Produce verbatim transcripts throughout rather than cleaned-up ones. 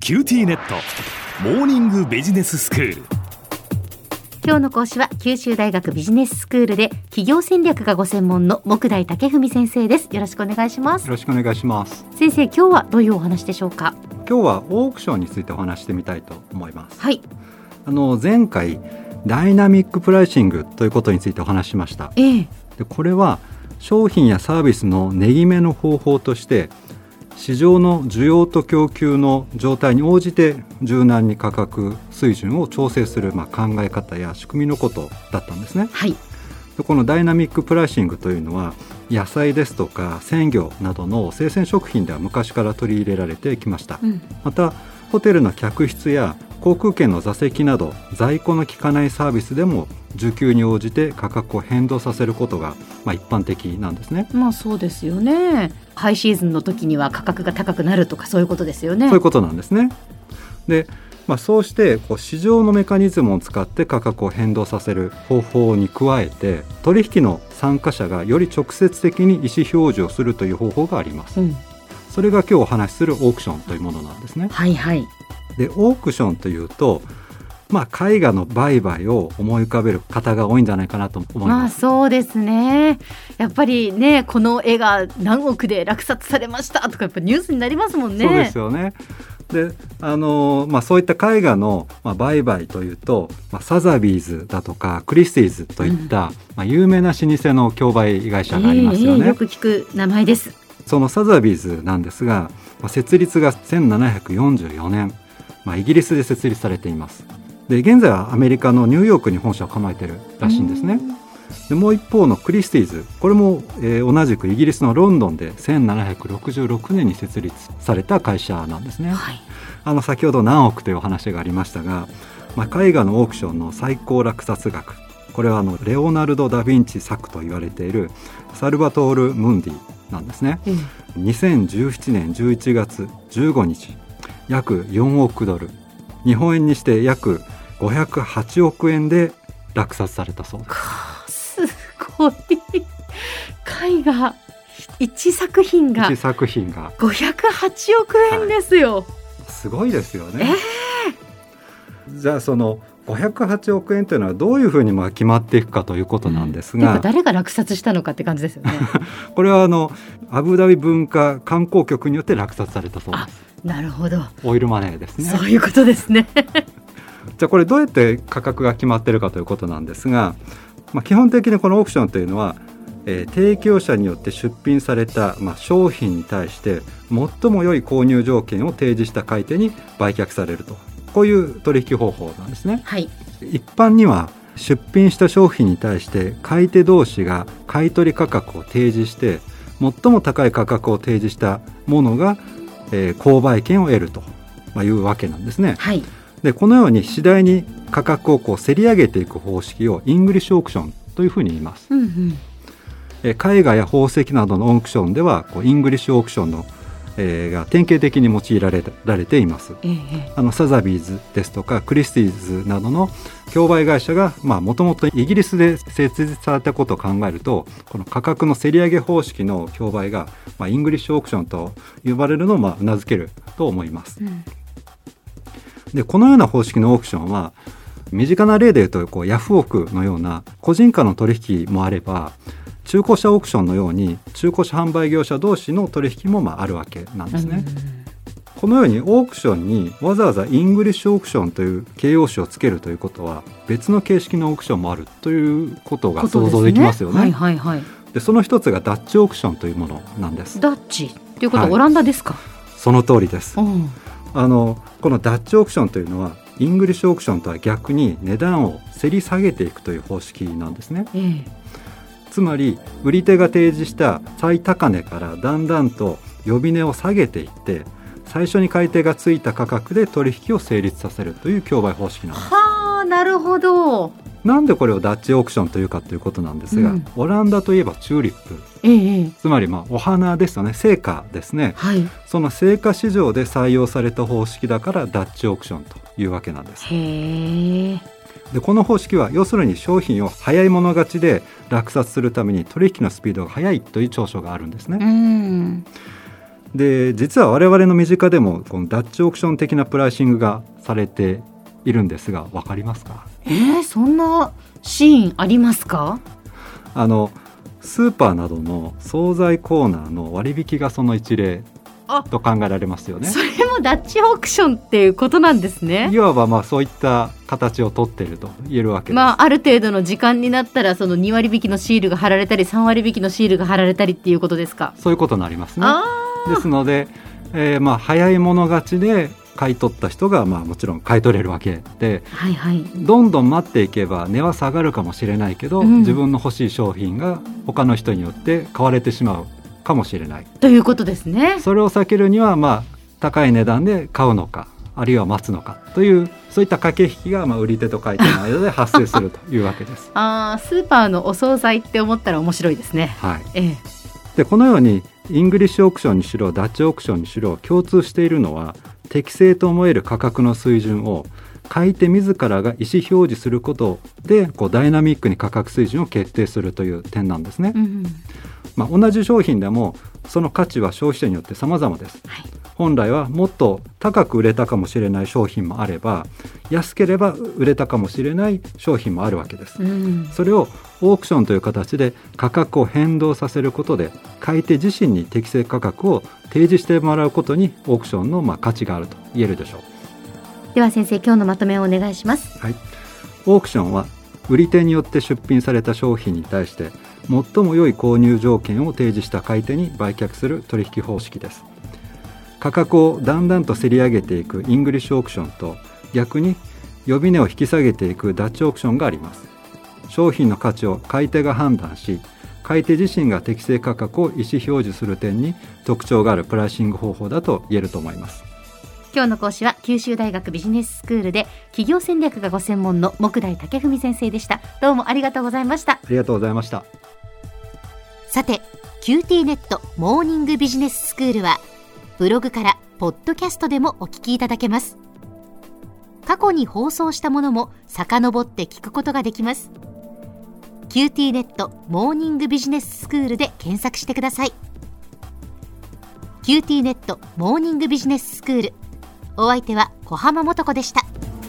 キューティーネットモーニングビジネススクール。 今日の講師は九州大学ビジネススクールで企業戦略がご専門の木大武文先生です。よろしくお願いします。 よろしくお願いします。 先生、今日はどういうお話でしょうか？ 今日はオークションについてお話してみたいと思います。 はい。 あの前回ダイナミックプライシングということについてお話ししました。 ええ、 でこれは商品やサービスの値決めの方法として市場の需要と供給の状態に応じて柔軟に価格水準を調整する、まあ、考え方や仕組みのことだったんですね。 はい。 でこのダイナミックプライシングというのは野菜ですとか鮮魚などの生鮮食品では昔から取り入れられてきました。うん、またホテルの客室や航空券の座席など在庫の効かないサービスでも需給に応じて価格を変動させることが、まあ、一般的なんですね。 まあそうですよね。ハイシーズンの時には価格が高くなるとかそういうことですよね。 そういうことなんですね。で、まあ、そうしてこう市場のメカニズムを使って価格を変動させる方法に加えて取引の参加者がより直接的に意思表示をするという方法があります。うん、それが今日お話しするオークションというものなんですね。 はいはい。 でオークションというと、まあ、絵画の売買を思い浮かべる方が多いんじゃないかなと思います。 まあそうですね。やっぱりね、この絵が何億で落札されましたとかやっぱニュースになりますもんね。 そうですよね。であのまあ、そういった絵画の、まあ、売買というと、まあ、サザビーズだとかクリスティーズといった、うんまあ、有名な老舗の競売会社がありますよね。 えーえー、よく聞く名前です。 そのサザビーズなんですが、まあ、設立がせんななひゃくよんじゅうよねん、まあ、イギリスで設立されています。で現在はアメリカのニューヨークに本社を構えているらしいんですね。でもう一方のクリスティーズ、これも、えー、同じくイギリスのロンドンでせんななひゃくろくじゅうろくねんに設立された会社なんですね。はい、あの先ほど何億というお話がありましたが、まあ、絵画のオークションの最高落札額、これはあのレオナルド・ダ・ヴィンチ作と言われているサルバトール・ムンディなんですね。うん、にせんじゅうななねんじゅういちがつじゅうごにち、約よんおくドル、日本円にして約ごひゃくはちおくえんで落札されたそうです。 すごい。絵画いちさく品がいちさく品がごひゃくはちおくえんですよ。はい、 すごいですよね。 えー、 じゃあそのごひゃくはちおくえんというのはどういうふうにまあ決まっていくかということなんですが、 うん、誰が落札したのかって感じですよね。 これはあのアブダビ文化観光局によって落札されたそうです。 なるほど。 オイルマネーですね。 そういうことですね。 じゃあこれどうやって価格が決まっているかということなんですが、まあ、基本的にこのオークションというのは、えー、提供者によって出品された、まあ、商品に対して最も良い購入条件を提示した買い手に売却されると、こういう取引方法なんですね。 はい、 一般には出品した商品に対して買い手同士が買取価格を提示して最も高い価格を提示したものが、えー、購買権を得るというわけなんですね。 はい、 でこのように次第に価格をこう競り上げていく方式をイングリッシュオークションというふうに言います。うんうん、え絵画や宝石などのオークションではこうイングリッシュオークションの、えー、が典型的に用いられられています。ええ、あのサザビーズですとかクリスティーズなどの競売会社がもともとイギリスで設立されたことを考えると、この価格の競り上げ方式の競売が、まあ、イングリッシュオークションと呼ばれるのをまあうなずけると思います。うん、でこのような方式のオークションは身近な例でいうとこうヤフオクのような個人間の取引もあれば、中古車オークションのように中古車販売業者同士の取引もまああるわけなんですね。このようにオークションにわざわざイングリッシュオークションという形容詞をつけるということは別の形式のオークションもあるということが想像できますよね。 はいはいはい、 でその一つがダッチオークションというものなんです。 ダッチということはオランダですか？はい、 その通りです。 うん、 あのこのダッチオークションというのはイングリッシュオークションとは逆に値段を競り下げていくという方式なんですね。ええ、つまり売り手が提示した最高値からだんだんと呼び値を下げていって最初に買い手がついた価格で取引を成立させるという競売方式なんです。 はあ、なるほど。 なんでこれをダッチオークションというかということなんですが、うん、オランダといえばチューリップ、 ええ、 つまりまあお花ですよね、生花ですね。はい、その生花市場で採用された方式だからダッチオークションというわけなんです。 へえ。 でこの方式は要するに商品を早い者勝ちで落札するために取引のスピードが速いという長所があるんですね。うんで実は我々の身近でもこのダッチオークション的なプライシングがされているんですが、分かりますか？ えー、そんなシーンありますか？ あのスーパーなどの惣菜コーナーの割引がその一例と考えられますよね。 それもダッチオークションっていうことなんですね。 いわばまあそういった形をとっていると言えるわけです。 まあ、ある程度の時間になったらそのに割引きのシールが貼られたりさん割引きのシールが貼られたりっていうことですか？ そういうことになりますね。 あですので、えー、まあ早い者勝ちで買い取った人がまあもちろん買い取れるわけで、 はいはい、 どんどん待っていけば値は下がるかもしれないけど、うん、自分の欲しい商品が他の人によって買われてしまうかもしれないということですね。 それを避けるには、まあ、高い値段で買うのかあるいは待つのかというそういった駆け引きが、まあ、売り手と買い手の間で発生するというわけですあスーパーのお惣菜って思ったら面白いですね、 はいええ、 でこのようにイングリッシュオークションにしろダッチオークションにしろ共通しているのは、適正と思える価格の水準を買い手自らが意思表示することでこうダイナミックに価格水準を決定するという点なんですね、うんうんまあ、同じ商品でもその価値は消費者によって様々です、はい、本来はもっと高く売れたかもしれない商品もあれば、安ければ売れたかもしれない商品もあるわけです、うん、それをオークションという形で価格を変動させることで買い手自身に適正価格を提示してもらうことにオークションのまあ価値があると言えるでしょう。 では先生、今日のまとめをお願いします。 はい、オークションは売り手によって出品された商品に対して最も良い購入条件を提示した買い手に売却する取引方式です。価格をだんだんと競り上げていくイングリッシュオークションと、逆に呼び値を引き下げていくダッチオークションがあります。商品の価値を買い手が判断し、買い手自身が適正価格を意思表示する点に特徴があるプライシング方法だと言えると思います。 今日の講師は九州大学ビジネススクールで企業戦略がご専門の杢代武文先生でした。どうもありがとうございました。ありがとうございました。 さて、キューティーネットモーニングビジネススクールはブログからポッドキャストでもお聞きいただけます。過去に放送したものも遡って聞くことができます。キューティーネットモーニングビジネススクールで検索してください。キューティーネットモーニングビジネススクール、お相手は小浜もとこでした。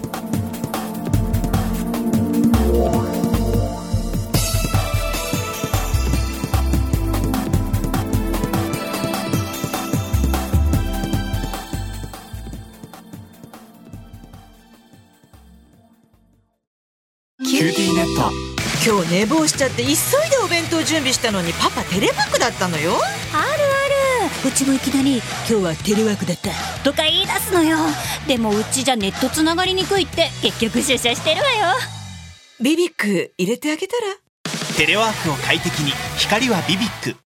キューティーネット、 今日寝坊しちゃって急いでお弁当準備したのにパパテレワークだったのよ。 あるある、うちもいきなり今日はテレワークだったとか言い出すのよ。でもうちじゃネットつながりにくいって結局出社してるわよ。 ビビック入れてあげたら。 テレワークを快適に、光はビビック。